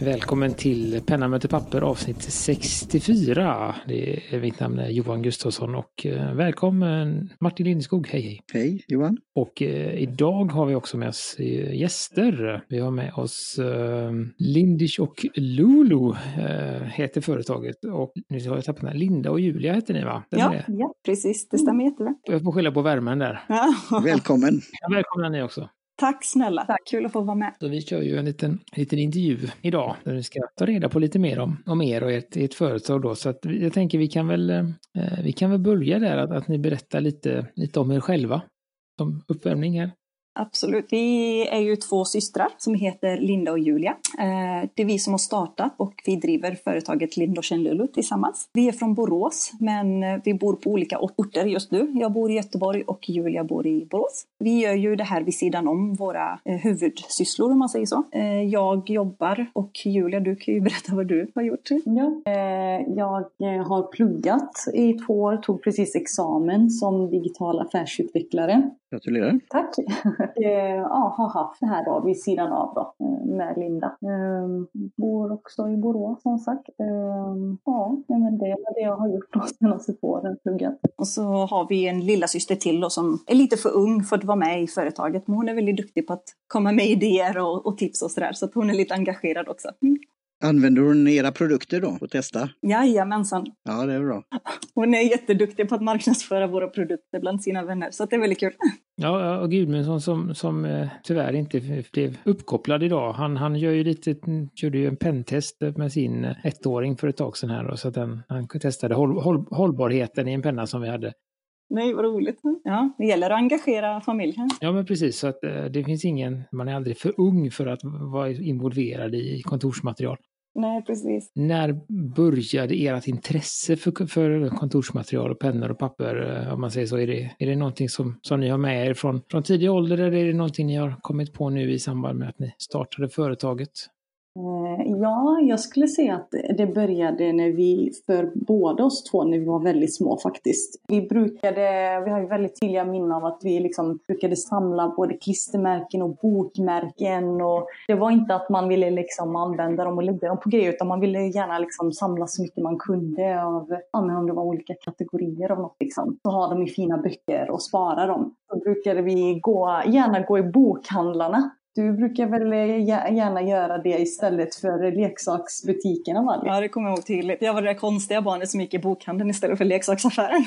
Välkommen till Penna möter papper avsnitt 64. Det är mitt namn är Johan Gustafsson och välkommen Martin Lindskog. Hej hej. Hej Johan. Och idag har vi också med oss gäster. Vi har med oss Lindish och Lulu heter företaget. Och nu har jag tappat den här. Linda och Julia heter ni va? Ja, precis. Det stämmer jättebra. Jag får skylla på värmen där. Välkommen. Ja, välkomna ni också. Tack snälla. Tack, kul att få vara med. Så vi kör ju en liten intervju idag där vi ska ta reda på lite mer om er och ert företag då. Så att jag tänker vi kan väl börja där att ni berättar lite om er själva som uppvärmning här. Absolut. Vi är ju 2 systrar som heter Linda och Julia. Det är vi som har startat och vi driver företaget Lindosh & Lulu tillsammans. Vi är från Borås men vi bor på olika orter just nu. Jag bor i Göteborg och Julia bor i Borås. Vi gör ju det här vid sidan om våra huvudsysslor om man säger så. Jag jobbar och Julia, du kan ju berätta vad du har gjort. Ja, jag har pluggat i 2 år, tog precis examen som digital affärsutvecklare. Gratulerar. Tack. Har haft det här då vid sidan av då, med Linda. Bor också i Borås som sagt. Men det är det jag har gjort de senaste 2 åren, pluggat. Och så har vi en lilla syster till då, som är lite för ung för att vara med i företaget. Men hon är väldigt duktig på att komma med idéer och tips och sådär. Så att hon är lite engagerad också. Använder hon era produkter då att testa? Jajamensan. Ja, det är bra. Hon är jätteduktig på att marknadsföra våra produkter bland sina vänner. Så att det är väldigt kul. Ja, och Gudmundsson som tyvärr inte blev uppkopplad idag. Han körde ju en penntest med sin 1-åring för ett tag sedan här. Så att han testade hållbarheten i en penna som vi hade. Nej, vad roligt. Ja, det gäller att engagera familjen. Ja, men precis. Så att det finns man är aldrig för ung för att vara involverad i kontorsmaterial. Nej, precis. När började ert intresse för kontorsmaterial och pennor och papper, om man säger så? Är det någonting som ni har med er från tidig ålder eller är det någonting ni har kommit på nu i samband med att ni startade företaget? Ja, jag skulle säga att det började när vi, för båda oss 2, när vi var väldigt små faktiskt. Vi har ju väldigt tydliga minnen av att vi liksom brukade samla både klistermärken och bokmärken. Och det var inte att man ville liksom använda dem och lägga dem på grejer, utan man ville gärna liksom samla så mycket man kunde av, om det var olika kategorier av något liksom. Så ha dem i fina böcker och spara dem. Så brukade vi gärna gå i bokhandlarna. Du brukar väl gärna göra det istället för leksaksbutikerna, va? Ja, det kommer jag ihåg tydligt. Jag var det där konstiga barnet som gick i bokhandeln istället för leksaksaffären.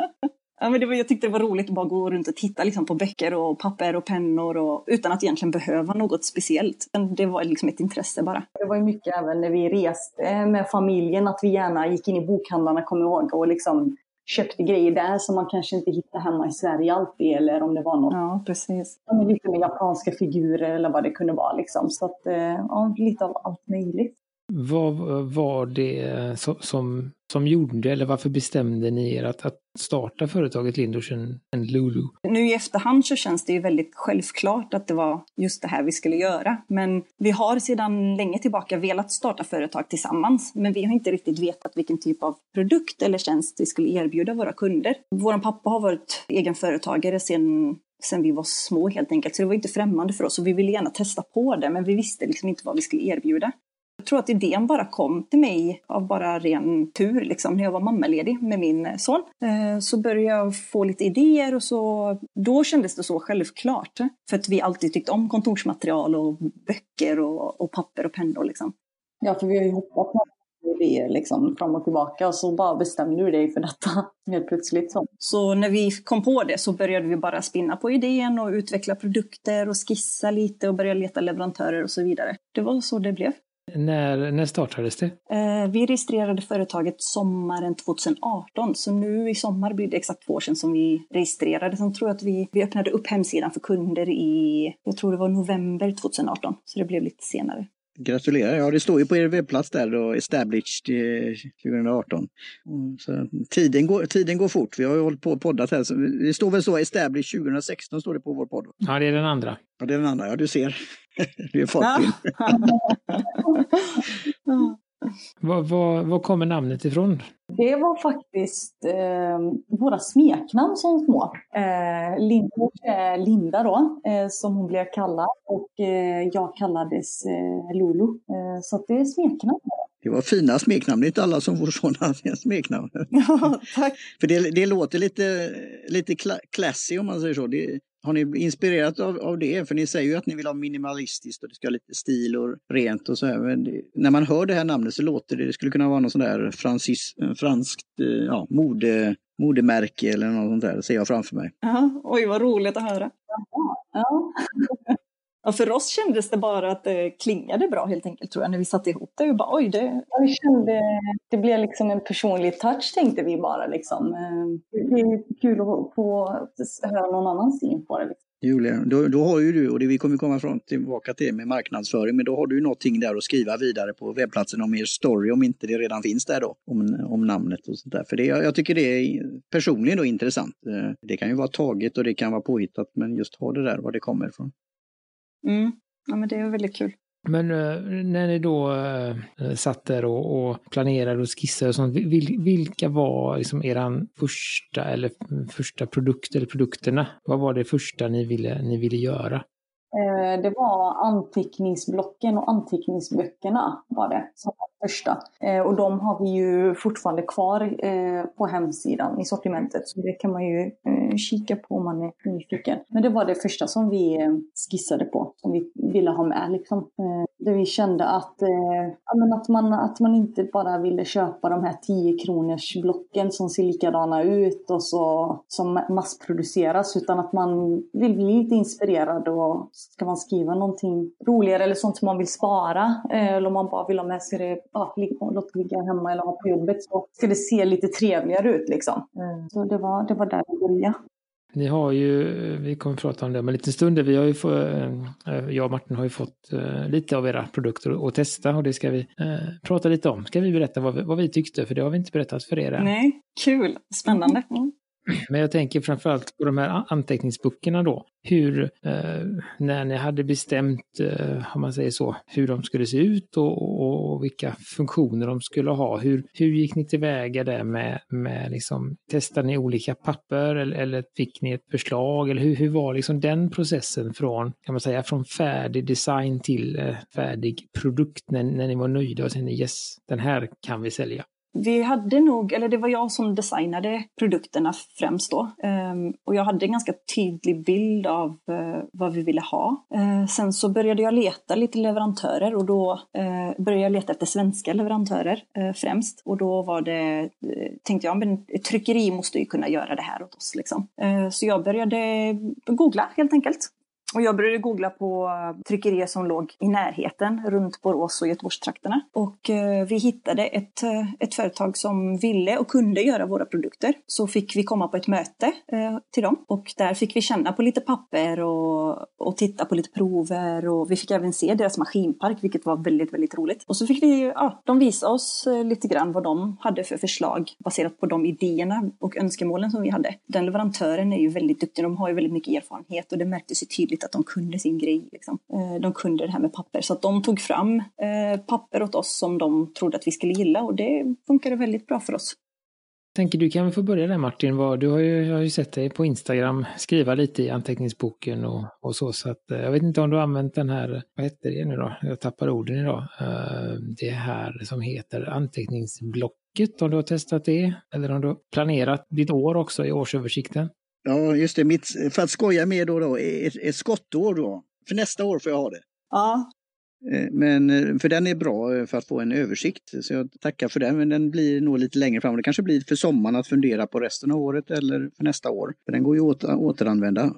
Ja, men jag tyckte det var roligt att bara gå runt och titta liksom, på böcker och papper och pennor utan att egentligen behöva något speciellt. Men det var liksom ett intresse bara. Det var ju mycket även när vi reste med familjen att vi gärna gick in i bokhandlarna, kommer jag ihåg, och liksom köpte grejer där som man kanske inte hittar hemma i Sverige alltid, eller om det var något. Ja, precis. Lite med japanska figurer eller vad det kunde vara liksom. Så att, lite av allt möjligt. Vad var det som gjorde, eller varför bestämde ni er att starta företaget Lindosh & Lulu? Nu i efterhand så känns det ju väldigt självklart att det var just det här vi skulle göra. Men vi har sedan länge tillbaka velat starta företag tillsammans. Men vi har inte riktigt vetat vilken typ av produkt eller tjänst vi skulle erbjuda våra kunder. Vår pappa har varit egenföretagare sen vi var små helt enkelt. Så det var inte främmande för oss och vi ville gärna testa på det. Men vi visste liksom inte vad vi skulle erbjuda. Jag tror att idén bara kom till mig av bara ren tur. Liksom. När jag var mammaledig med min son så började jag få lite idéer och då kändes det så självklart. För att vi alltid tyckt om kontorsmaterial och böcker och papper och pennor. Liksom. Ja, för vi har ju hoppat på idéer liksom, fram och tillbaka och så bara bestämde du dig för detta helt plötsligt. Så när vi kom på det så började vi bara spinna på idén och utveckla produkter och skissa lite och börja leta leverantörer och så vidare. Det var så det blev. När startades det? Vi registrerade företaget sommaren 2018. Så nu i sommar blir det exakt 2 år sedan som vi registrerade. Sen tror jag att vi öppnade upp hemsidan för kunder jag tror det var november 2018. Så det blev lite senare. Gratulerar. Ja, det står ju på er webbplats där då, established 2018. Så tiden går fort. Vi har ju hållit på och poddat här. Så det står väl så, established 2016 står det på vår podd. Ja, det är den andra. Ja, det är den andra. Ja, du ser. Du är fartblind. Var kommer namnet ifrån? Det var faktiskt våra smeknamn som små. Linda då, som hon blev kallad. Och jag kallades Lulu. Så att det är smeknamn. Det var fina smeknamn. Det är inte alla som får sådana smeknamn. Ja, tack. För det låter lite classy om man säger så. Har ni inspirerat av det? För ni säger ju att ni vill ha minimalistiskt och det ska ha lite stil och rent och så här. Men när man hör det här namnet så låter det skulle kunna vara någon sån där franskt modemärke eller något sånt där. Det ser jag framför mig. Ja, oj vad roligt att höra. Ja. Ja, för oss kändes det bara att det klingade bra helt enkelt tror jag när vi satte ihop det. Och bara, oj, Vi kände, det blev liksom en personlig touch tänkte vi bara liksom. Det är kul att få höra någon annan syn på det. Liksom. Julia, då har ju du, och det vi kommer komma tillbaka till med marknadsföring, men då har du någonting där att skriva vidare på webbplatsen om er story, om inte det redan finns där då, om namnet och sånt där. För jag tycker det är personligen då intressant. Det kan ju vara taget och det kan vara påhittat, men just ha det där, var det kommer ifrån. Ja, men det är väldigt kul. Men när ni då satt där och planerade och skissade och sånt, vilka var liksom eran första produkt eller produkterna? Vad var det första ni ville göra? Det var anteckningsblocken och anteckningsböckerna var det som var första. Och de har vi ju fortfarande kvar på hemsidan i sortimentet. Så det kan man ju kika på om man är nyfiken. Men det var det första som vi skissade på. Som vi ville ha med liksom. Där vi kände att man inte bara ville köpa de här 10 kronors blocken som ser likadana ut och så som massproduceras. Utan att man vill bli lite inspirerad och ska man skriva någonting roligare eller sånt som man vill spara eller om man bara vill ha med sig det, låt ligga hemma eller ha på jobbet så ska det se lite trevligare ut liksom. Så det var där det började. Ni har ju, vi kommer att prata om det om en liten stund, vi har ju jag och Martin har ju fått lite av era produkter att testa och det ska vi prata lite om. Ska vi berätta vad vi tyckte, för det har vi inte berättat för er än. Nej, kul, spännande. Men jag tänker framförallt på de här anteckningsböckerna då. Hur, när ni hade bestämt, om man säger så, hur de skulle se ut och vilka funktioner de skulle ha. Hur gick ni tillväga där med liksom, testade ni olika papper eller fick ni ett förslag? Eller hur var liksom den processen från, kan man säga, från färdig design till färdig produkt när ni var nöjda och sen yes, den här kan vi sälja? Vi hade nog, eller det var jag som designade produkterna främst då. Och jag hade en ganska tydlig bild av vad vi ville ha. Sen så började jag leta lite leverantörer och då började jag leta efter svenska leverantörer främst. Och då tänkte jag, men ett tryckeri måste ju kunna göra det här åt oss liksom. Så jag började googla helt enkelt. Och jag började googla på tryckerier som låg i närheten runt Borås och Göteborgstrakterna. Och vi hittade ett företag som ville och kunde göra våra produkter. Så fick vi komma på ett möte till dem. Och där fick vi känna på lite papper och titta på lite prover. Och vi fick även se deras maskinpark, vilket var väldigt, väldigt roligt. Och så fick de visa oss lite grann vad de hade för förslag baserat på de idéerna och önskemålen som vi hade. Den leverantören är ju väldigt duktig, de har ju väldigt mycket erfarenhet och det märktes ju tydligt att de kunde sin grej. Liksom. De kunde det här med papper. Så att de tog fram papper åt oss som de trodde att vi skulle gilla. Och det funkade väldigt bra för oss. Tänker du kan få börja där Martin. Jag har ju sett dig på Instagram skriva lite i anteckningsboken och så. Så att, jag vet inte om du har använt den här, vad heter det nu då? Jag tappar orden idag. Det här som heter anteckningsblocket. Om du har testat det? Eller om du har planerat ditt år också i årsöversikten? Ja, just det. För att skoja med då ett skottår då. För nästa år får jag ha det. Ja. Men för den är bra för att få en översikt. Så jag tackar för den. Men den blir nog lite längre fram. Det kanske blir för sommaren att fundera på resten av året eller för nästa år. För den går ju att återanvända.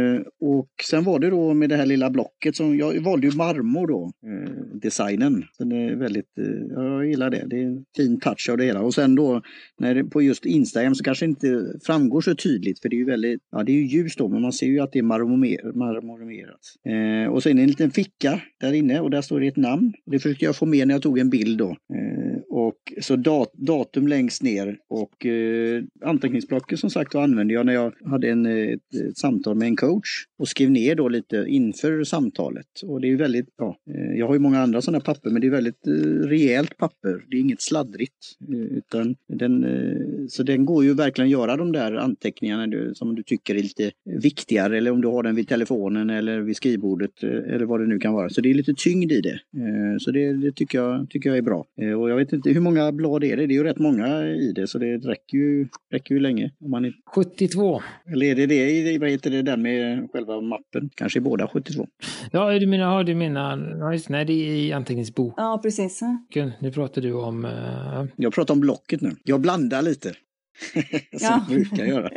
Och sen var det då med det här lilla blocket som jag valde ju marmor då. Designen. Den är väldigt, jag gillar det. Det är en fin touch av det hela. Och sen då när det, på just Instagram så kanske inte framgår så tydligt. För det är ju väldigt, det är ju ljus då. Men man ser ju att det är marmorerat. Och sen en liten ficka där inne. Och där står det ett namn. Det försökte jag få med när jag tog en bild då. Och så datum längst ner Och anteckningsblocket som sagt använde jag när jag hade ett samtal med en coach och skrev ner då lite inför samtalet. Och det är väldigt, jag har ju många andra sådana papper, men det är väldigt rejält papper. Det är inget sladdrigt, utan så den går ju verkligen att göra de där anteckningarna som du tycker är lite viktigare, eller om du har den vid telefonen eller vid skrivbordet eller vad det nu kan vara. Så det är lite tyngd i det. Så det tycker jag är bra. Och jag vet inte hur många blad är det. Det är ju rätt många i det, så det räcker ju länge. Om man 72. Eller är det vad heter det där med själva mappen? Kanske är båda 72. Ja, du menar, nej, det är i anteckningsbok. Ja, precis. Nu pratar du om... Jag pratar om blocket nu. Jag blandar lite. Som brukar göra.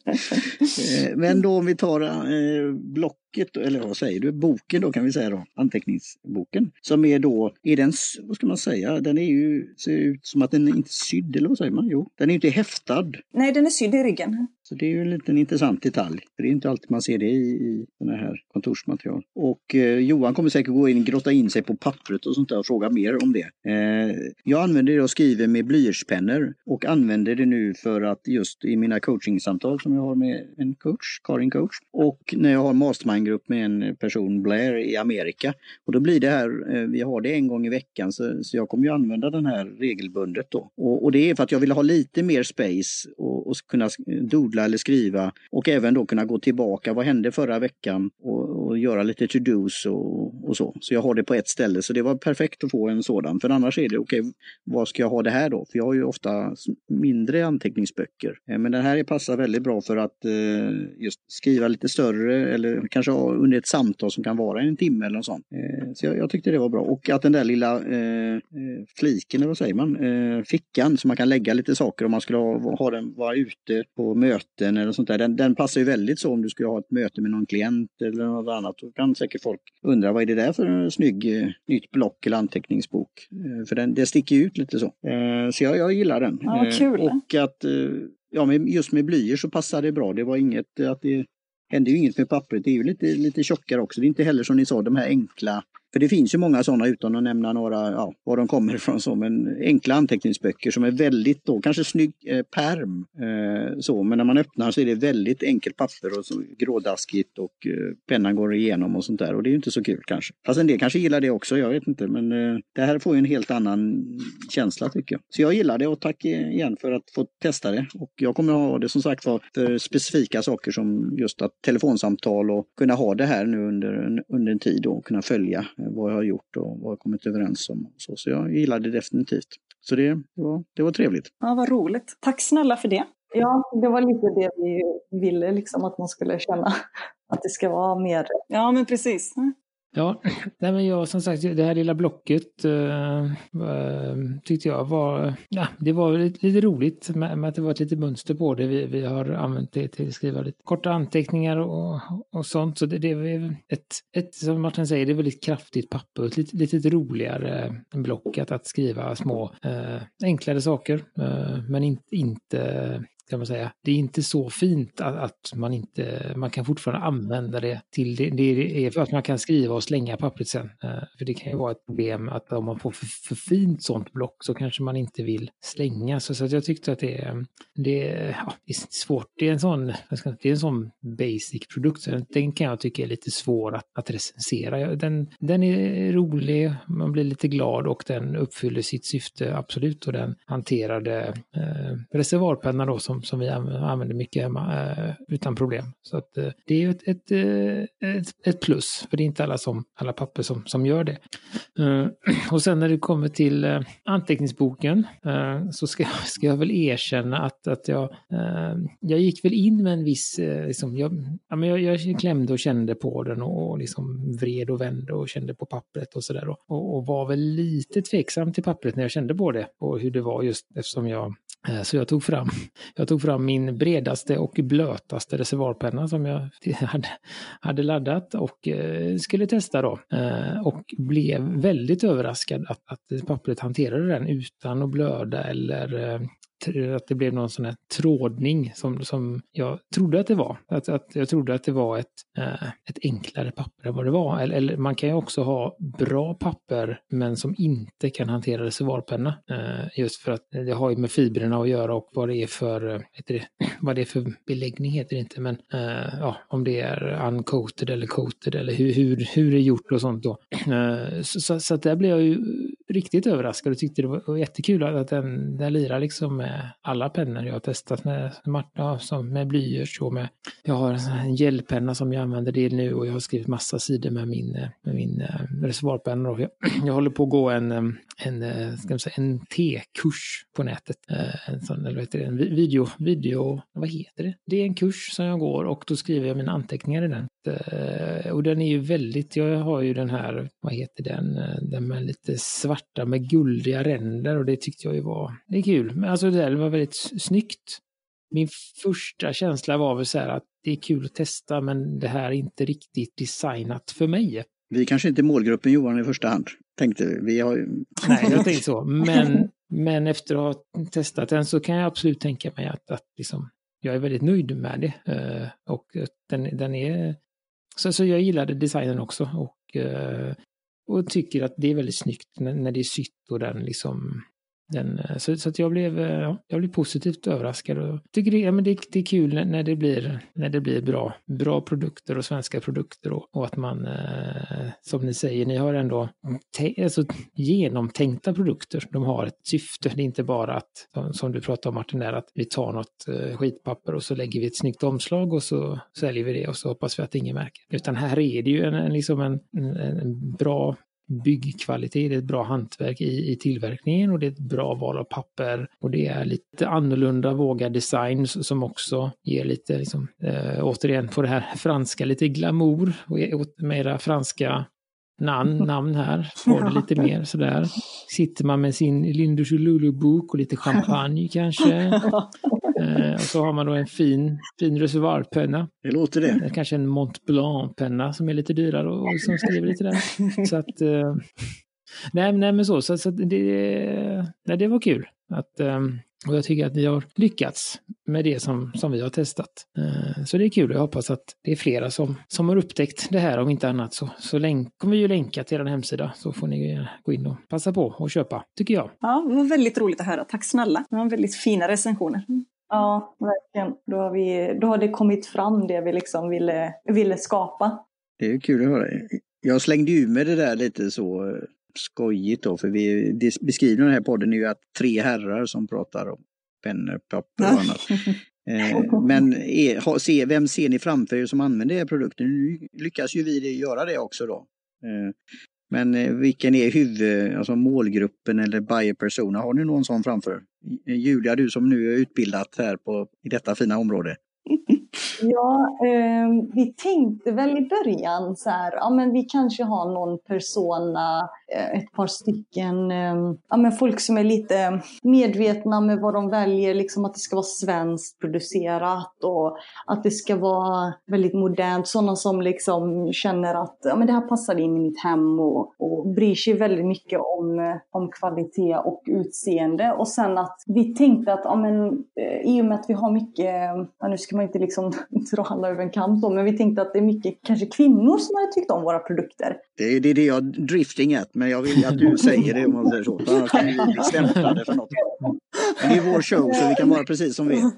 Men då om vi tar blocket, eller vad säger du, boken då kan vi säga då, anteckningsboken, som är den, vad ska man säga, den är ju, ser ut som att den är inte sydd, eller vad säger man? Jo, den är inte häftad. Nej, den är sydd i ryggen. Så det är ju en liten intressant detalj. För det är inte alltid man ser det i sådana här kontorsmaterial. Och Johan kommer säkert grotta in sig på pappret och sånt där och fråga mer om det. Jag använder det och skriver med blyertspennor och använder det nu för att just i mina coachingsamtal som jag har med en coach, Karin coach, och när jag har mastermindgrupp med en person, Blair, i Amerika. Och då blir det här, vi har det en gång i veckan, så jag kommer ju använda den här regelbundet då. Och det är för att jag vill ha lite mer space och kunna dodla eller skriva och även då kunna gå tillbaka, vad hände förra veckan och göra lite to-dos och så. Så jag har det på ett ställe, så det var perfekt att få en sådan. För annars är det okej, vad ska jag ha det här då? För jag har ju ofta mindre anteckningsböcker. Men den här passar väldigt bra för att just skriva lite större eller kanske under ett samtal som kan vara en timme eller något sånt. Så jag tyckte det var bra. Och att den där lilla fliken, eller vad säger man? Fickan som man kan lägga lite saker om man skulle ha den vara ute på möten eller sånt där. Den passar ju väldigt så om du skulle ha ett möte med någon klient eller något annat. Då kan säkert folk undra, vad är det där för en snygg nytt block eller anteckningsbok? För det sticker ut lite så. Så jag gillar den. Ja, kul. Och att just med blyer så passar det bra. Det var inget att det hände ju inget med pappret. Det är ju lite tjockare också. Det är inte heller som ni sa, de här enkla. För det finns ju många sådana, utan att nämna några, var de kommer ifrån, så, men enkla anteckningsböcker som är väldigt då, kanske snygg pärm, men när man öppnar så är det väldigt enkelt papper och så grådaskigt och pennan går igenom och sånt där, och det är ju inte så kul kanske. Fast en del kanske gillar det också, jag vet inte, men det här får ju en helt annan känsla tycker jag. Så jag gillar det, och tack igen för att få testa det, och jag kommer ha det som sagt för specifika saker som just att telefonsamtal och kunna ha det här nu under en tid och kunna följa vad jag har gjort och vad jag kommit överens om. Så jag gillar det definitivt. Så det var trevligt. Ja, vad roligt. Tack snälla för det. Ja, det var lite det vi ville, liksom, att man skulle känna att det ska vara mer. Ja, men precis. Ja, nej men jag som sagt, det här lilla blocket tyckte jag det var lite roligt med att det var ett litet mönster på det. Vi har använt det till att skriva lite korta anteckningar och sånt. Så det är ett som Martin säger, det är väldigt kraftigt papper, ett lite roligare block att skriva små enklare saker, men inte kan man säga. Det är inte så fint att man kan fortfarande använda det till det är för att man kan skriva och slänga pappret sen. För det kan ju vara ett problem att om man får för fint sånt block så kanske man inte vill slänga. Så att jag tyckte att det är svårt. Det är en sån basic produkt. Den kan jag tycka är lite svår att recensera. Den är rolig, man blir lite glad och den uppfyller sitt syfte absolut, och den hanterade reservoarpenna då som vi använder mycket hemma utan problem. Så att det är ett plus, för det är inte alla papper som gör det. Och sen när det kommer till anteckningsboken så ska jag väl erkänna att jag gick väl in med en viss jag klämde och kände på den och liksom vred och vände och kände på pappret och sådär, och var väl lite tveksam till pappret när jag kände på det och hur det var, just eftersom så jag tog fram min bredaste och blötaste reservoarpenna som jag hade laddat och skulle testa då. Och blev väldigt överraskad att pappret hanterade den utan att blöda eller att det blev någon sån här trådning som jag trodde att det var. Att jag trodde att det var ett enklare papper än vad det var. Eller man kan ju också ha bra papper men som inte kan hantera reservoarpenna. Just för att det har ju med fibrerna att göra och vad det är för, vad det är för beläggning heter det inte. Men om det är uncoated eller coated eller hur det är gjort och sånt då. Så att där blev jag ju riktigt överraskad och tyckte det var jättekul att den lirar liksom med alla pennor jag har testat med blyerts och med. Jag har en gelpenna som jag använder det nu och jag har skrivit massa sidor med min reservoarpenna och jag håller på att gå en T-kurs på nätet. En sån, eller vad heter det? En video, vad heter det? Det är en kurs som jag går och då skriver jag mina anteckningar i den. Och den är ju väldigt, jag har ju den här, vad heter den med lite svarta med guldiga ränder och det tyckte jag ju det är kul. Men alltså det där var väldigt snyggt. Min första känsla var väl så här att det är kul att testa men det här är inte riktigt designat för mig. Vi kanske inte är målgruppen Johan i första hand, tänkte vi. Nej, jag tänkte så. Men efter att ha testat den så kan jag absolut tänka mig att liksom, jag är väldigt nöjd med det. Och den är... Så jag gillade designen också och tycker att det är väldigt snyggt när det är sytt och den liksom... Så att jag blev positivt överraskad och tycker det är kul när det blir bra produkter och svenska produkter och att man som ni säger, ni har ändå genomtänkta produkter. De har ett syfte, det är inte bara att som du pratade om Martin där, att vi tar något skitpapper och så lägger vi ett snyggt omslag och så säljer vi det och så hoppas vi att ingen märker. Utan här är det ju en bra byggkvalitet, det är ett bra hantverk i tillverkningen och det är ett bra val av papper och det är lite annorlunda vågad design som också ger lite liksom, återigen på det här franska, lite glamour och mera franska namn här, får det lite mer sådär. Sitter man med sin Linders Lulu-bok och lite champagne kanske. Och så har man då en fin reservoarpenna. Det låter det. Kanske en Mont Blanc-penna som är lite dyrare och som skriver lite där. Så att... nej men så det var kul. Och jag tycker att vi har lyckats med det som vi har testat. Så det är kul och jag hoppas att det är flera som har upptäckt det här om inte annat. Så kommer vi ju länka till er hemsida så får ni gå in och passa på och köpa, tycker jag. Ja, det var väldigt roligt att höra. Tack snälla. Det var väldigt fina recensioner. Ja, verkligen. Då har det kommit fram det vi liksom ville skapa. Det är kul att höra. Jag slängde ju med det där lite så skojigt då, för vi beskriver den här podden är ju att 3 herrar som pratar om pennor, papper och annat. Men vem ser ni framför er som använder er produkter? Nu lyckas ju vi göra det också då. Men vilken är alltså målgruppen eller buyer persona? Har ni någon sån framför? Julia, du som nu är utbildat här i detta fina område. Ja, vi tänkte väl i början så här, ja men vi kanske har någon persona, ett par stycken, ja men folk som är lite medvetna med vad de väljer, liksom att det ska vara svenskt producerat och att det ska vara väldigt modernt, sådana som liksom känner att ja men det här passar in i mitt hem och bryr sig väldigt mycket om kvalitet och utseende. Och sen att vi tänkte att ja men i och med att vi har mycket, ja, nu ska man inte liksom dra alla över en kant då, men vi tänkte att det är mycket kanske kvinnor som har tyckt om våra produkter. Det är det jag drifting at, men jag vill att du säger det om man säger så. Annars kan vi bli stämplade för något. Men det är vår show så vi kan vara precis som vi är.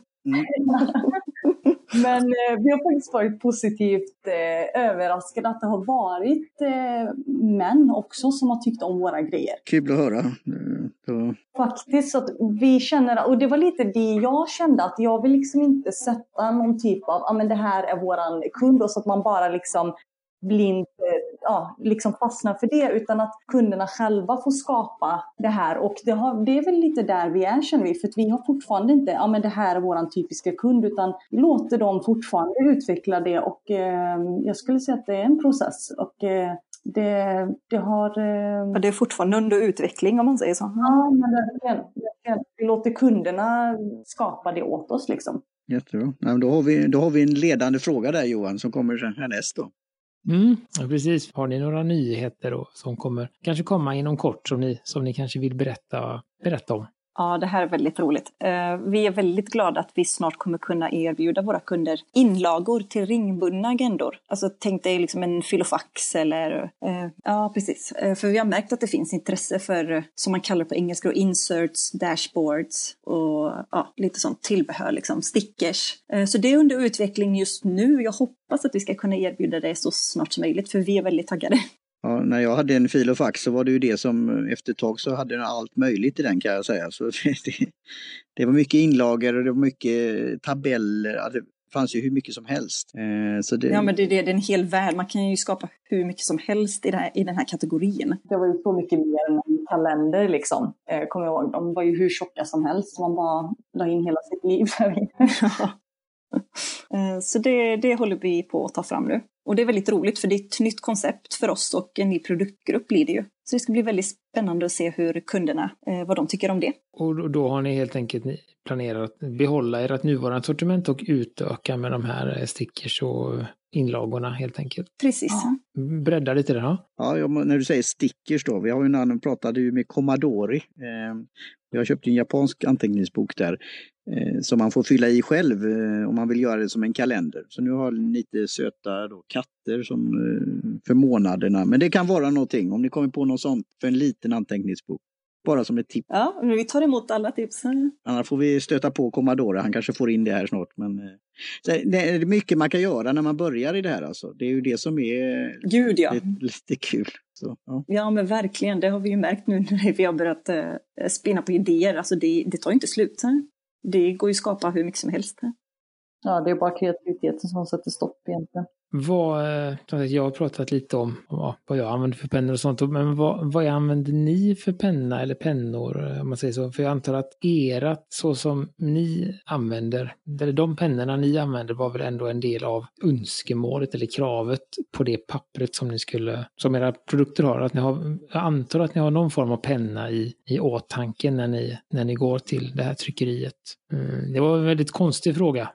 Men vi har faktiskt varit positivt överraskade att det har varit män också som har tyckt om våra grejer. Kul att höra. Faktiskt så att vi känner, och det var lite det jag kände, att jag vill liksom inte sätta någon typ av, ja men det här är våran kund, och så att man bara liksom blint liksom fastnar för det, utan att kunderna själva får skapa det här. Och det är väl lite där vi är, känner vi, för att vi har fortfarande inte, ja men det här är våran typiska kund, utan vi låter dem fortfarande utveckla det, och jag skulle säga att det är en process, och det har... Det är fortfarande under utveckling om man säger så. Ja, men vi låter kunderna skapa det åt oss liksom. Jättebra. Då har vi en ledande fråga där, Johan, som kommer härnäst då. Ja, precis. Har ni några nyheter då, som kommer kanske komma inom kort som ni kanske vill berätta om? Ja, det här är väldigt roligt. Vi är väldigt glada att vi snart kommer kunna erbjuda våra kunder inlagor till ringbundna agendor. Alltså tänk dig liksom en filofax eller... ja, precis. För vi har märkt att det finns intresse för, som man kallar på engelska, inserts, dashboards och lite sånt tillbehör, liksom stickers. Så det är under utveckling just nu. Jag hoppas att vi ska kunna erbjuda det så snart som möjligt, för vi är väldigt taggade. Ja, när jag hade en fil och fax så var det ju det som efter ett tag så hade den allt möjligt i den, kan jag säga. Så det var mycket inlagor och det var mycket tabeller. Det fanns ju hur mycket som helst. Ja, men det är en hel värld. Man kan ju skapa hur mycket som helst i den här kategorin. Det var ju så mycket mer än en kalender liksom. Kommer jag ihåg, de var ju hur tjocka som helst. Man bara la in hela sitt liv där inne. Så det håller vi på att ta fram nu. Och det är väldigt roligt, för det är ett nytt koncept för oss och en ny produktgrupp blir det ju. Så det ska bli väldigt spännande att se hur kunderna, vad de tycker om det. Och då har ni helt enkelt planerat att behålla ert nuvarande sortiment och utöka med de här stickers och inlagorna helt enkelt. Precis. Ja. Bredda lite det här. Ja, när du säger stickers då. Vi har ju en annan, pratade ju med Commodore. Jag köpte en japansk anteckningsbok där. Som man får fylla i själv om man vill göra det som en kalender. Så nu har jag lite söta katter som, för månaderna. Men det kan vara någonting om ni kommer på något sånt för en liten anteckningsbok. Bara som ett tips. Ja, men vi tar emot alla tips. Annars får vi stöta på Commodore. Han kanske får in det här snart. Men det är mycket man kan göra när man börjar i det här. Alltså. Det är ju det som är lite kul. Så, ja, men verkligen. Det har vi ju märkt nu när vi har börjat spinna på idéer. Alltså det tar ju inte slut. Det går ju att skapa hur mycket som helst. Ja, det är bara kreativiteten som sätter stopp egentligen. Jag har pratat lite om vad jag använder för pennor och sånt, men vad använder ni för penna eller pennor, om man säger så? För jag antar att så som ni använder, eller de pennorna ni använder var väl ändå en del av önskemålet eller kravet på det pappret som era produkter har. Att jag antar att ni har någon form av penna i åtanke när ni går till det här tryckeriet. Det var en väldigt konstig fråga.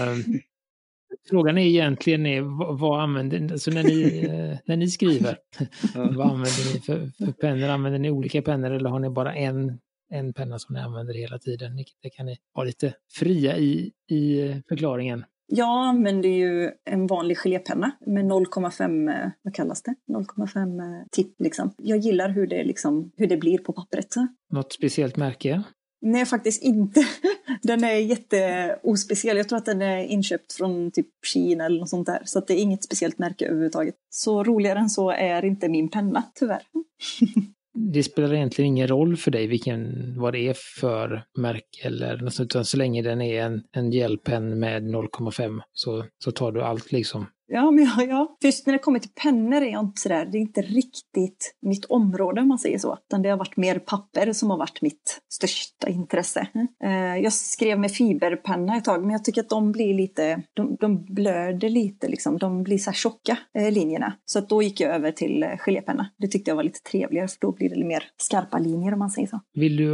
Frågan är egentligen vad använder, alltså när ni skriver, vad använder ni för pennor? Använder ni olika pennor eller har ni bara en penna som ni använder hela tiden? Det kan ni ha lite fria i förklaringen. Jag använder ju en vanlig gelépenna med 0,5, vad kallas det? 0,5 tipp liksom. Jag gillar hur det blir på pappret. Något speciellt märke? Nej, faktiskt inte. Den är jätteospeciell. Jag tror att den är inköpt från typ Kina eller något sånt där. Så att det är inget speciellt märke överhuvudtaget. Så roligare än så är inte min penna, tyvärr. Det spelar egentligen ingen roll för dig vad det är för märke eller något sånt, utan så länge den är en gelpenn med 0,5 så tar du allt liksom. Ja, men ja. Först när det kommer till pennor är jag inte sådär. Det är inte riktigt mitt område om man säger så. Utan det har varit mer papper som har varit mitt största intresse. Jag skrev med fiberpenna ett tag, men jag tycker att de blir lite, de blöder lite liksom. De blir så här tjocka, linjerna. Så att då gick jag över till gelépenna. Det tyckte jag var lite trevligare, för då blir det mer skarpa linjer om man säger så.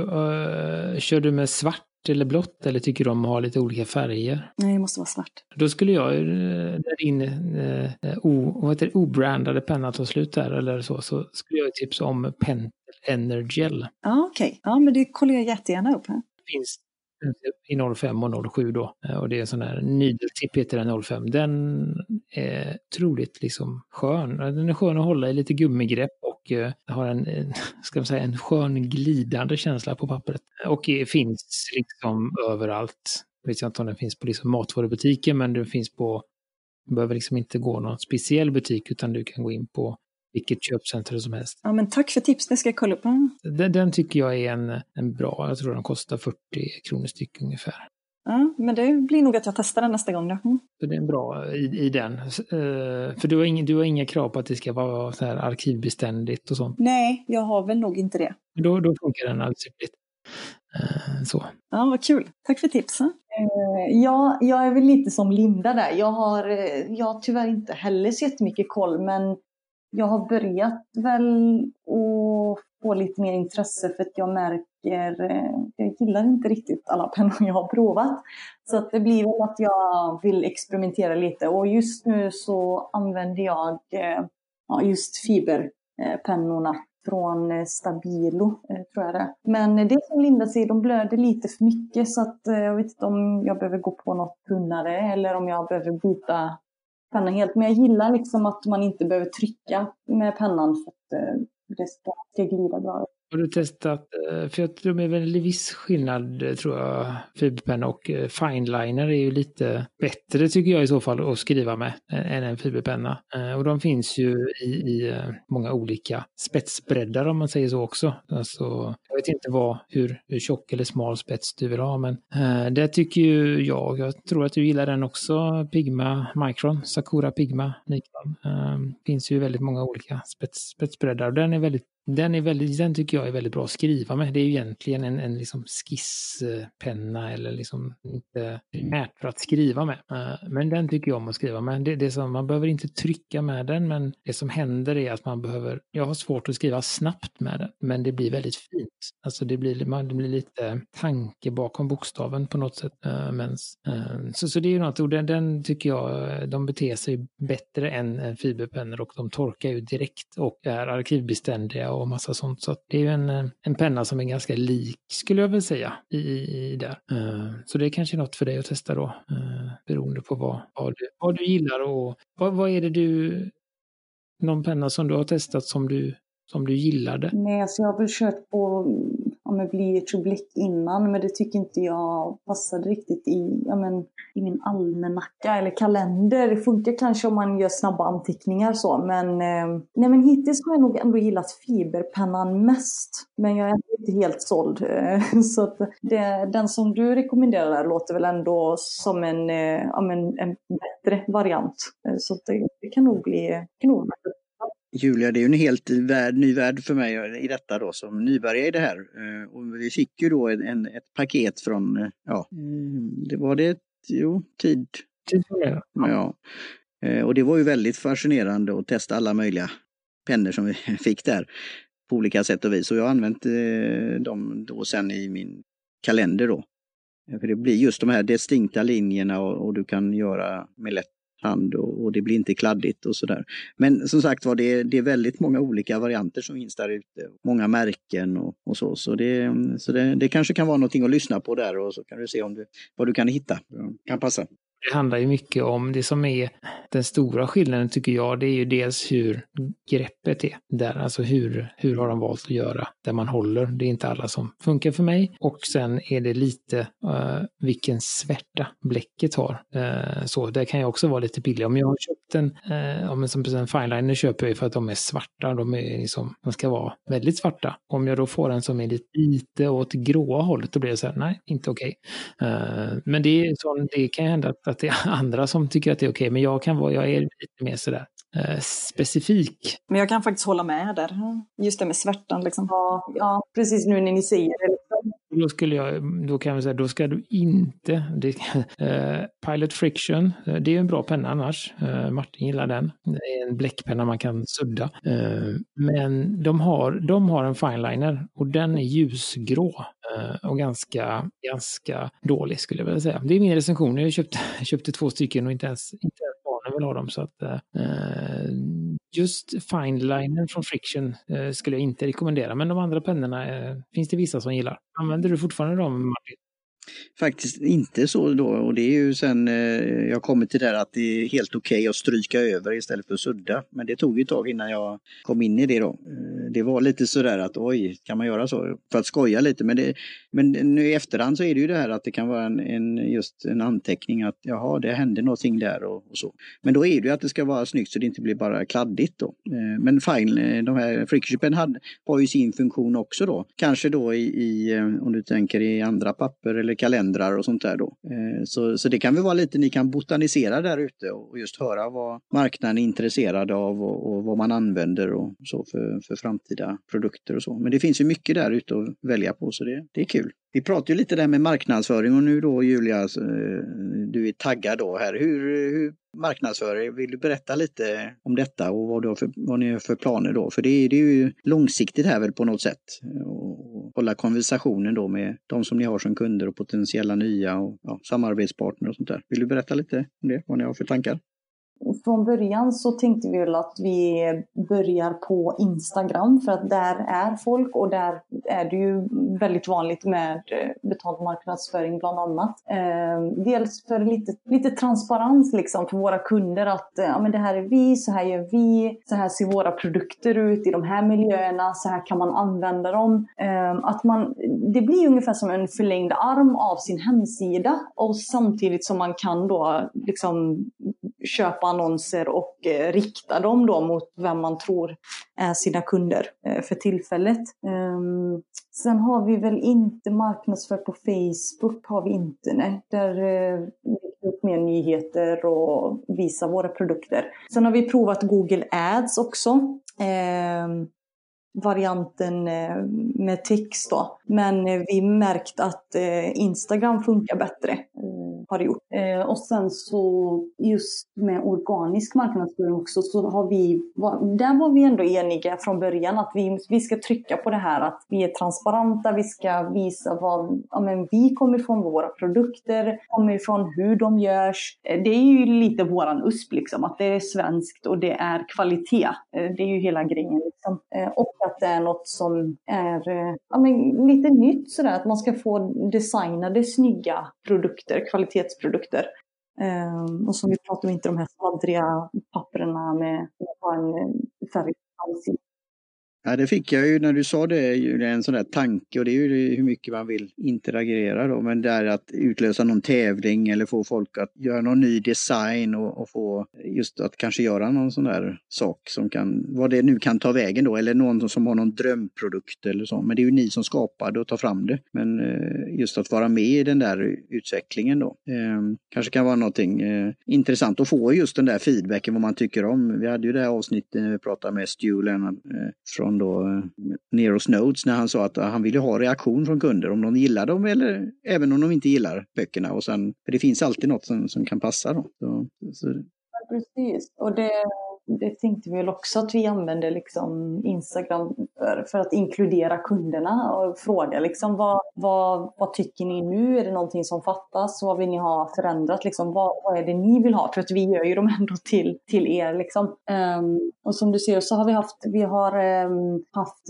Kör du med svart eller blått, eller tycker du om att ha lite olika färger? Nej, det måste vara svart. Då skulle jag där inne obrandade penna tar slut där eller så skulle jag tipsa om Pentel Energel. Ja, okej. Ja, men det kollar jag jättegärna upp här. Det finns i 05 och 07 då, och det är en sån här nydeltipp heter den 05. Den är otroligt liksom skön. Den är skön att hålla i lite gummigrepp och har en skön glidande känsla på pappret. Och finns liksom överallt. Jag vet inte om den finns på liksom matvarubutiker, men den finns du behöver liksom inte gå någon speciell butik, utan du kan gå in på vilket köpcenter som helst. Ja, men tack för tips, det ska jag kolla upp. Den tycker jag är en bra, jag tror den kostar 40 kronor styck ungefär. Ja, men det blir nog att jag testar den nästa gång då. Så det är en bra i den. För du har inga krav på att det ska vara så här arkivbeständigt och sånt? Nej, jag har väl nog inte det. Då funkar den alldeles riktigt. Så. Ja, vad kul. Tack för tipsen. Ja, jag är väl lite som Linda där. Jag har tyvärr inte heller så jättemycket koll, men jag har börjat väl att få lite mer intresse för att jag märker, jag gillar inte riktigt alla pennor jag har provat. Så att det blir väl att jag vill experimentera lite, och just nu så använder jag just fiberpennorna från Stabilo, tror jag det. Men det som Linda säger, de blöder lite för mycket så att jag vet inte om jag behöver gå på något tunnare eller om jag behöver byta pennan helt. Men jag gillar liksom att man inte behöver trycka med pennan för att det ska glida bra. Har du testat, för jag tror det är väl en viss skillnad tror jag, fiberpenna och fineliner är ju lite bättre tycker jag i så fall att skriva med än en fiberpenna. Och de finns ju i många olika spetsbreddar om man säger så också. Alltså, jag vet inte hur tjock eller smal spets du vill ha, men det tycker ju jag tror att du gillar den också, Pigma Micron, Sakura Pigma Micron. Finns ju väldigt många olika spetsbreddar och den tycker jag är väldigt bra att skriva med. Det är ju egentligen en liksom skisspenna eller liksom inte mätt för att skriva med. Men den tycker jag om att skriva med. Det som, man behöver inte trycka med den, men det som händer är att jag har svårt att skriva snabbt med den, men det blir väldigt fint. Alltså det blir lite tanke bakom bokstaven på något sätt. Så det är ju något, och den tycker jag, de beter sig bättre än fiberpennor och de torkar ju direkt och är arkivbeständiga och massa sånt. Så det är ju en penna som är ganska lik, skulle jag väl säga, i där. Så det är kanske något för dig att testa då, beroende på vad du gillar och vad är det någon penna som du har testat som du gillade? Nej, alltså jag har väl kört på blyerts och bläck innan, men det tycker inte jag passade riktigt i min almanacka eller kalender. Det funkar kanske om man gör snabba anteckningar så, men hittills har jag nog ändå gillat fiberpennan mest, men jag är inte helt såld. Så att den som du rekommenderar låter väl ändå som en bättre variant, så att det kan nog bli Julia, det är ju en helt ny värld för mig i detta då, som nybörjare i det här. Och vi fick ju då ett paket från, det var det, tid. Ja. Och det var ju väldigt fascinerande att testa alla möjliga pennor som vi fick där på olika sätt och vis. Och jag har använt dem då sen i min kalender då. För det blir just de här distinkta linjerna och du kan göra med lätt hand och det blir inte kladdigt och sådär. Men som sagt var, det är väldigt många olika varianter som finns där ute. Många märken och så. Så det kanske kan vara någonting att lyssna på där och så kan du se vad du kan hitta. Kan passa. Det handlar ju mycket om det som är den stora skillnaden tycker jag. Det är ju dels hur greppet är där. Alltså hur har de valt att göra där man håller. Det är inte alla som funkar för mig. Och sen är det lite vilken svärta bläcket har. Så det kan ju också vara lite billigt. Om jag har köpt en fineliner köper jag för att de är svarta. De ska vara väldigt svarta. Om jag då får en som är lite åt gråa hållet då blir det så här, nej, inte okej. Men det kan hända att det är andra som tycker att det är okej, men jag är lite mer sådär specifik. Men jag kan faktiskt hålla med där. Just det med svärtan liksom. Ja, precis nu när ni säger det. Då kan jag säga, då ska du inte Pilot Friction, det är en bra penna annars. Martin gillar den. Det är en bläckpenna man kan sudda. Men de har en fineliner och den är ljusgrå och ganska dålig skulle jag vilja säga. Det är min recension. Jag köpte 2 stycken och inte ens barnen vill ha dem, så att just fineliner från Friction skulle jag inte rekommendera, men de andra pennorna finns det vissa som gillar. Använder du fortfarande dem, Martin? Faktiskt inte så då, och det är ju sen jag kommit till det att det är helt okej att stryka över istället för att sudda, men det tog ju ett tag innan jag kom in i det då. Det var lite sådär att oj, kan man göra så? För att skoja lite, men nu i efterhand så är det ju det här att det kan vara just en anteckning att jaha, det hände någonting där och så. Men då är det ju att det ska vara snyggt så det inte blir bara kladdigt då. Men fine, de här Friction har ju sin funktion också då. Kanske då i om du tänker i andra papper eller kalendrar och sånt där då. Så det kan väl vara lite, ni kan botanisera där ute och just höra vad marknaden är intresserad av och vad man använder och så för framtida produkter och så. Men det finns ju mycket där ute att välja på, så det är kul. Vi pratar ju lite där med marknadsföring och nu då Julia, du är taggad då här. Hur marknadsföring, vill du berätta lite om detta och vad ni har för planer då? För det är ju långsiktigt här väl på något sätt. Och hålla konversationen då med de som ni har som kunder och potentiella nya och samarbetspartner och sånt där. Vill du berätta lite om det, vad ni har för tankar? från början så tänkte vi väl att vi börjar på Instagram för att där är folk och där är det ju väldigt vanligt med betald marknadsföring bland annat. Dels för lite transparens liksom för våra kunder att ja, men det här är vi, så här gör vi, så här ser våra produkter ut i de här miljöerna, så här kan man använda dem. Det blir ungefär som en förlängd arm av sin hemsida och samtidigt som man kan då liksom köpa annonser och rikta dem då mot vem man tror är sina kunder för tillfället. Sen har vi väl inte marknadsför på Facebook, har vi inte. Nej. Där lägger vi upp mer nyheter och visar våra produkter. Sen har vi provat Google Ads också. Varianten med text då. Men vi märkt att Instagram funkar bättre. Har det gjort. Och sen så just med organisk marknadsföring också så har där var vi ändå eniga från början att vi ska trycka på det här att vi är transparenta, vi ska visa vi kommer ifrån, våra produkter kommer ifrån, hur de görs. Det är ju lite våran USP liksom, att det är svenskt och det är kvalitet. Det är ju hela grejen liksom. Och att det är något som är lite nytt sådär, att man ska få designade snygga produkter, kvalitetsprodukter. Och som vi pratar om, inte de här sladdriga papperna med en färg. Ja, det fick jag ju när du sa det, är en sån där tanke, och det är ju hur mycket man vill interagera då, men det är att utlösa någon tävling eller få folk att göra någon ny design och få just att kanske göra någon sån där sak som kan, vad det nu kan ta vägen då, eller någon som har någon drömprodukt eller så, men det är ju ni som skapar det och tar fram det, men just att vara med i den där utvecklingen då, kanske kan vara någonting intressant att få just den där feedbacken, vad man tycker om. Vi hade ju det här avsnittet när vi pratade med Stu från då Neros Notes, när han sa att han ville ha reaktion från kunder om de gillar dem eller även om de inte gillar böckerna, och sen, för det finns alltid något som kan passa då. Så. Ja, precis, och det tänkte vi väl också att vi använde liksom Instagram för att inkludera kunderna och fråga liksom vad tycker ni nu? Är det någonting som fattas? Vad vill ni ha förändrat? Liksom, vad är det ni vill ha? För att vi gör ju dem ändå till er liksom. Och som du ser så har vi haft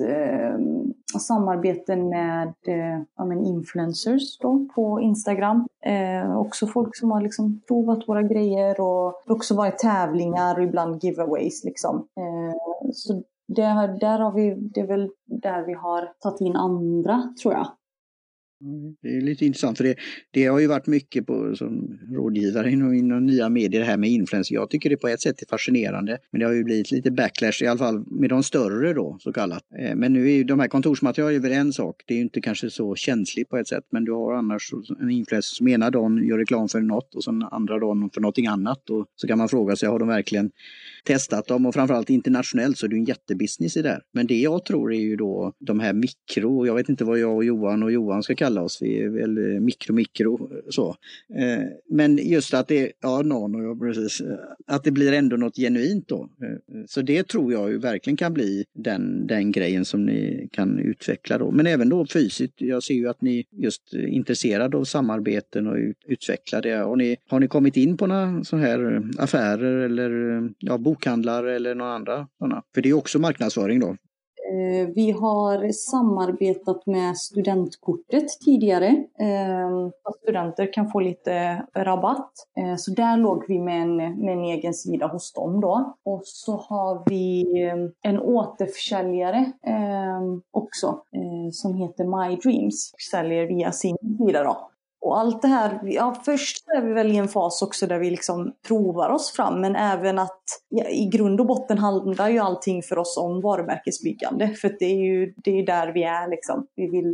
samarbeten med influencers då, på Instagram. Också folk som har liksom provat våra grejer och också varit tävlingar och ibland giveaways liksom. Så där har vi, det är väl där vi har tagit in andra, tror jag. Det är lite intressant, för det har ju varit mycket som rådgivare inom nya medier, det här med influencer. Jag tycker det på ett sätt är fascinerande, men det har ju blivit lite backlash i alla fall med de större då, så kallat. Men nu är ju de här kontorsmaterial väl en sak, det är ju inte kanske så känsligt på ett sätt, men du har annars en influencer som ena dagen gör reklam för något och sen andra dagen för någonting annat, och så kan man fråga sig, har de verkligen testat dem? Och framförallt internationellt så är det ju en jättebusiness i det här. Men det jag tror är ju då de här mikro, jag vet inte vad jag och Johan ska kalla oss, vi är väl mikro så. Men just att det, precis, att det blir ändå något genuint då. Så det tror jag ju verkligen kan bli den grejen som ni kan utveckla då. Men även då fysiskt, jag ser ju att ni just är intresserade av samarbeten och utveckla det. Har ni kommit in på några så här affärer eller bokhandlare eller några andra sådana? För det är ju också marknadsföring då. Vi har samarbetat med studentkortet tidigare. Så studenter kan få lite rabatt. Så där låg vi med en egen sida hos dem då. Och så har vi en återförsäljare också som heter My Dreams. Säljer via sin sida då. Och allt det här, först är vi väl i en fas också där vi liksom provar oss fram, men även att i grund och botten handlar ju allting för oss om varumärkesbyggande, för det är ju där vi är liksom.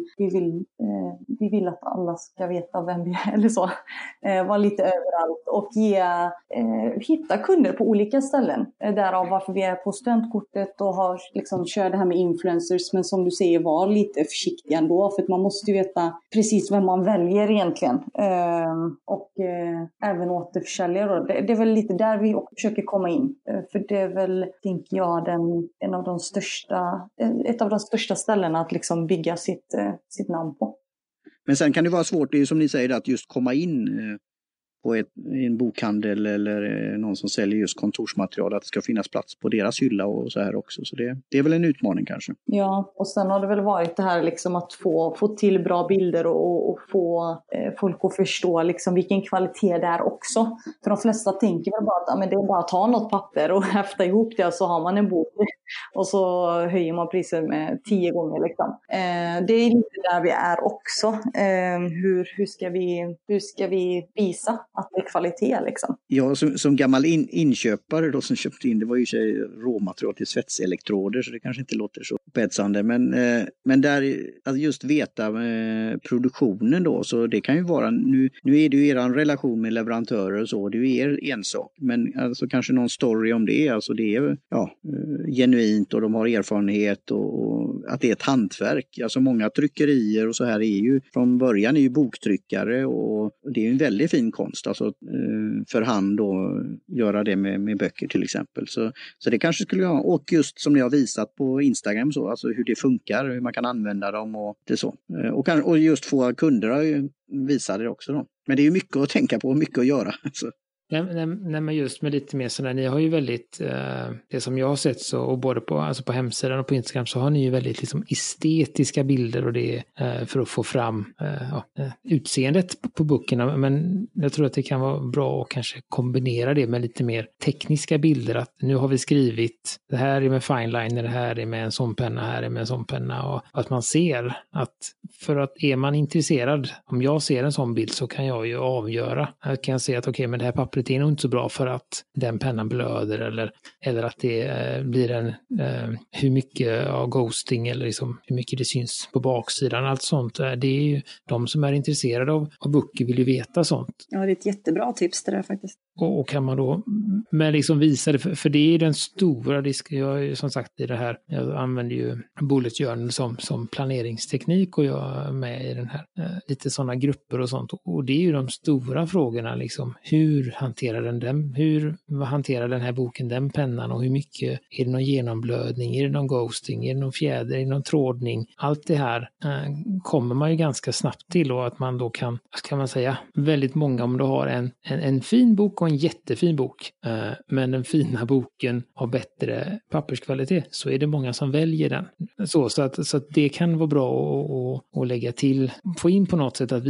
Vi vill att alla ska veta vem vi är eller så. Vara lite överallt och hitta kunder på olika ställen. Därav varför vi är på studentkortet och har liksom kör det här med influencers, men som du säger, var lite försiktig ändå, för att man måste ju veta precis vem man väljer egentligen. Och även återförsäljare då. Det är väl lite där vi försöker komma in. För det är väl, tänker jag, ett av de största ställena att liksom bygga sitt namn på. Men sen kan det vara svårt, det är ju som ni säger, att just komma in i en bokhandel eller någon som säljer just kontorsmaterial, att det ska finnas plats på deras hylla och så här också. Så det är väl en utmaning kanske. Ja, och sen har det väl varit det här liksom att få till bra bilder och få folk att förstå liksom vilken kvalitet det är också. För de flesta tänker väl bara att men det är bara att ta något papper och häfta ihop det och så har man en bok. Och så höjer man priset med 10 gånger liksom. Det är lite där vi är också. Hur ska vi visa att det är kvalitet liksom? Ja, som gammal inköpare då som köpte in, det var ju råmaterial till svetselektroder, så det kanske inte låter så upphetsande. Men där att just veta produktionen då, så det kan ju vara, nu är det ju er relation med leverantörer och så, det är ju er ensak. Men alltså kanske någon story om det, alltså det är genuint och de har erfarenhet och att det är ett hantverk. Alltså många tryckerier och så här är ju från början är ju boktryckare och det är ju en väldigt fin konst, alltså för hand då göra det med böcker till exempel. Så det kanske skulle jag, och just som ni har visat på Instagram så, alltså hur det funkar, hur man kan använda dem och det så. Och just få kunder visa det också då. Men det är ju mycket att tänka på och mycket att göra. Så. Nej, men just med lite mer sådär, ni har ju väldigt, det som jag har sett så, och både på hemsidan och på Instagram så har ni ju väldigt liksom estetiska bilder och det för att få fram utseendet på böckerna. Men jag tror att det kan vara bra att kanske kombinera det med lite mer tekniska bilder, att nu har vi skrivit, det här är med fineliner, det här är med en sån penna, här är med en sån penna, och att man ser att, för att är man intresserad, om jag ser en sån bild så kan jag ju avgöra, jag kan se att okej, men det här pappret är nog inte så bra för att den pennan blöder eller att det blir hur mycket ghosting eller liksom hur mycket det syns på baksidan, allt sånt. Det är ju de som är intresserade av böcker vill ju veta sånt. Ja, det är ett jättebra tips det där faktiskt. Och kan man då men liksom visa det, för det är den stora risken. Jag är som sagt i det här, jag använder ju bullet journal som planeringsteknik och jag är med i den här lite sådana grupper och sånt, och det är ju de stora frågorna liksom, hur hanterar hur hanterar den här boken den pennan, och hur mycket, är det någon genomblödning, är det någon ghosting, är det någon fjäder, är det någon trådning, allt det här kommer man ju ganska snabbt till, och att man då kan man säga, väldigt många, om du har en fin bok och en jättefin bok, men den fina boken har bättre papperskvalitet, så är det många som väljer den. Så att det kan vara bra att lägga till, få in på något sätt att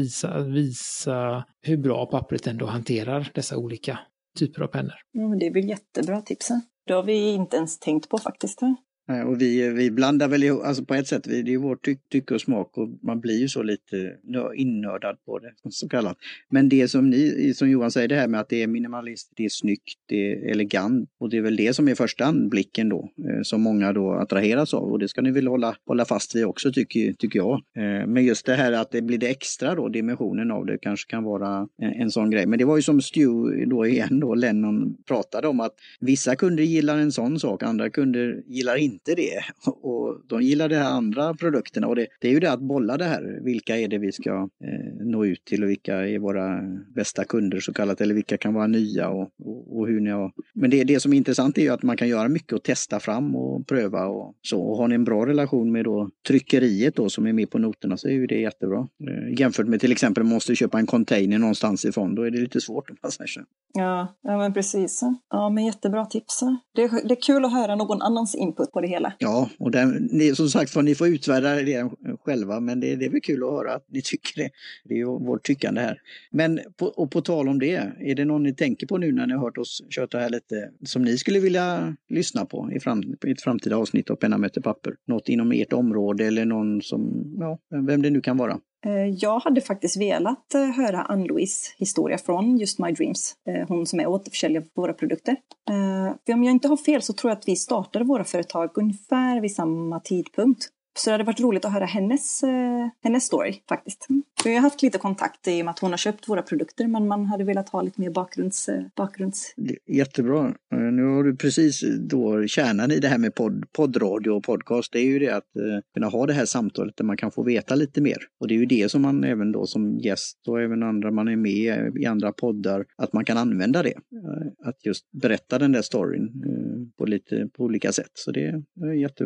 visa hur bra pappret ändå hanterar dessa olika typer av pennor. Ja, men det är väl jättebra tips. Det har vi inte ens tänkt på faktiskt. Och vi blandar väl ihop, alltså på ett sätt, det är ju vårt tycke och smak, och man blir ju så lite innördad på det, så kallat. Men det som Johan säger, det här med att det är minimalistiskt, det är snyggt, det är elegant, och det är väl det som är första anblicken då, som många då attraheras av, och det ska ni väl hålla fast vid också, tycker jag. Men just det här att det blir det extra då, dimensionen av det kanske kan vara en sån grej. Men det var ju som Stu då igen då, Lennon pratade om, att vissa kunder gillar en sån sak, andra kunder gillar inte det, och de gillar de här andra produkterna, och det är ju det att bolla det här, vilka är det vi ska nå ut till och vilka är våra bästa kunder så kallat, eller vilka kan vara nya och hur ni har. Men det som är intressant är ju att man kan göra mycket och testa fram och pröva och så, och har ni en bra relation med då tryckeriet då som är med på noterna, så är ju det jättebra. Jämfört med till exempel, man måste köpa en container någonstans ifrån, då är det lite svårt att passa sig. Ja, men precis. Ja, men jättebra tips. Det är kul att höra någon annans input på det hela. Ja, och som sagt, ni får utvärdera det själva, men det är väl kul att höra att ni tycker det. Det är ju vårt tyckande här. Men på tal om det, är det någon ni tänker på nu när ni har hört oss köta här lite, som ni skulle vilja lyssna på i ett framtida avsnitt av Penna möter papper? Något inom ert område eller någon som, vem det nu kan vara? Jag hade faktiskt velat höra Ann-Louise historia från just My Dreams. Hon som är återförsäljare för våra produkter. För om jag inte har fel så tror jag att vi startade våra företag ungefär vid samma tidpunkt. Så det hade varit roligt att höra hennes story faktiskt. Vi har haft lite kontakt i och med att hon har köpt våra produkter, men man hade velat ha lite mer bakgrunds. Jättebra. Nu har du precis då kärnan i det här med poddradio och podcast. Det är ju det att kunna ha det här samtalet där man kan få veta lite mer. Och det är ju det som man även då som gäst och även andra man är med i andra poddar, att man kan använda det. Att just berätta den där storyn på olika sätt. Så det är jättebra.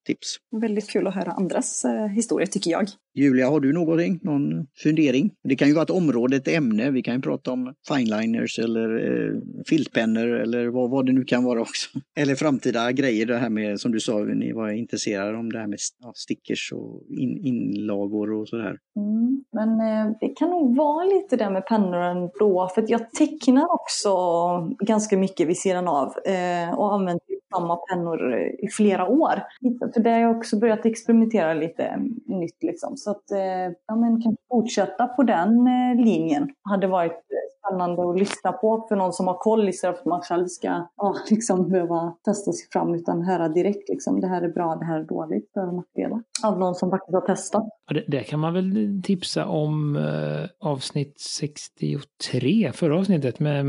tips. Väldigt kul att höra andras historier tycker jag. Julia, har du någonting? Någon fundering? Det kan ju vara ett område, ett ämne. Vi kan ju prata om fineliners eller filtpennor eller vad det nu kan vara också. Eller framtida grejer, det här med, som du sa, ni var intresserade om det här med stickers och inlagor och sådär. Men det kan nog vara lite där med pennor ändå, för att jag tecknar också ganska mycket vid sidan av och använder samma pennor i flera år. För det har jag också börjat experimentera lite nytt liksom. Så att kan fortsätta på den linjen. Hade varit spännande att lyssna på för någon som har koll istället för att man själv ska behöva testa sig fram utan höra direkt liksom. Det här är bra, det här är dåligt för nackdelar. Av någon som faktiskt har testat. Ja, det kan man väl tipsa om avsnitt 63, förra avsnittet med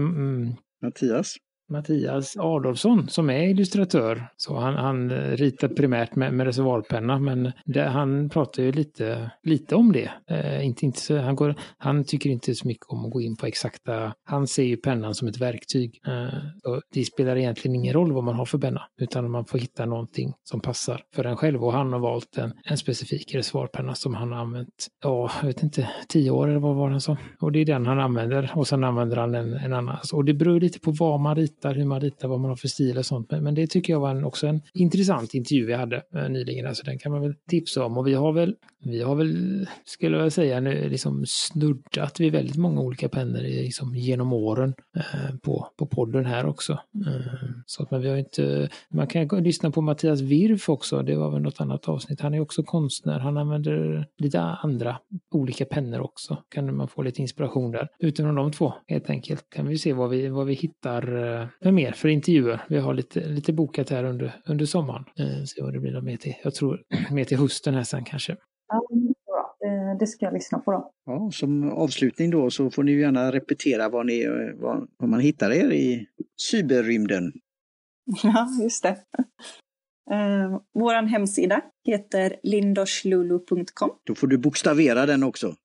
Mattias Adolfsson som är illustratör. Så han ritar primärt med reservoarpenna, men han pratar ju lite om det. Han tycker inte så mycket om att gå in på exakta. Han ser ju pennan som ett verktyg. Så det spelar egentligen ingen roll vad man har för penna, utan man får hitta någonting som passar för en själv. Och han har valt en specifik reservoarpenna som han har använt, jag vet inte, 10 år eller vad var det så. Och det är den han använder, och sen använder han en annan. Och det beror lite på vad man ritar, hur man ritar, vad man har för stil och sånt. Men det tycker jag var också en intressant intervju vi hade nyligen. Alltså den kan man väl tipsa om. Och vi har väl skulle jag säga nu liksom snuddat vid väldigt många olika pennor liksom genom åren på podden här också. Så att vi har inte, man kan lyssna på Mattias Wirf också. Det var väl något annat avsnitt. Han är också konstnär. Han använder lite andra olika pennor också. Kan man få lite inspiration där. Utifrån de två helt enkelt kan vi se vad vi hittar med mer för intervjuer. Vi har lite bokat här under sommaren. Se vad det blir mer till. Jag tror mer till hösten här sen kanske. Ja, bra. Det ska jag lyssna på då. Ja, som avslutning då så får ni gärna repetera var man hittar er i cyberrymden. Ja, just det. Våran hemsida heter lindoslulu.com. Då får du bokstavera den också.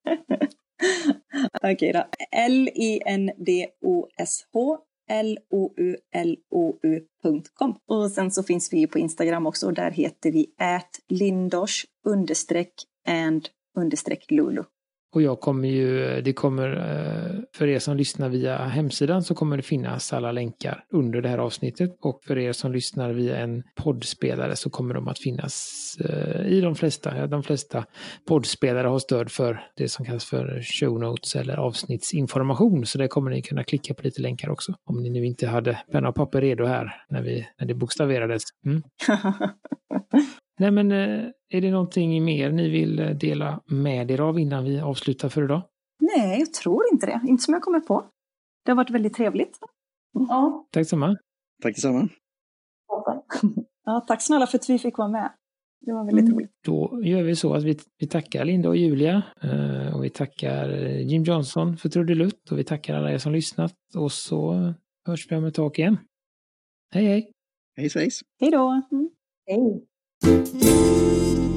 Okej då. LINDOSHLOULOU.com. Och sen så finns vi på Instagram också, och där heter vi @lindosh_and_lulu. Och det kommer för er som lyssnar via hemsidan så kommer det finnas alla länkar under det här avsnittet. Och för er som lyssnar via en poddspelare så kommer de att finnas i de flesta poddspelare har stöd för det som kallas för show notes eller avsnittsinformation. Så där kommer ni kunna klicka på lite länkar också. Om ni nu inte hade penna och papper redo här när det bokstaverades. Nej, men är det någonting mer ni vill dela med er av innan vi avslutar för idag? Nej, jag tror inte det. Inte som jag kommer på. Det har varit väldigt trevligt. Ja. Tack så mycket. Tack detsamma. Ja, tack snälla för att vi fick vara med. Det var väldigt roligt. Då gör vi så att vi tackar Linda och Julia. Och vi tackar Jim Johnson för trudelutt. Och vi tackar alla er som lyssnat. Och så hörs vi om ett tag igen. Hej hej! Hej svejs! Hej då! Hej!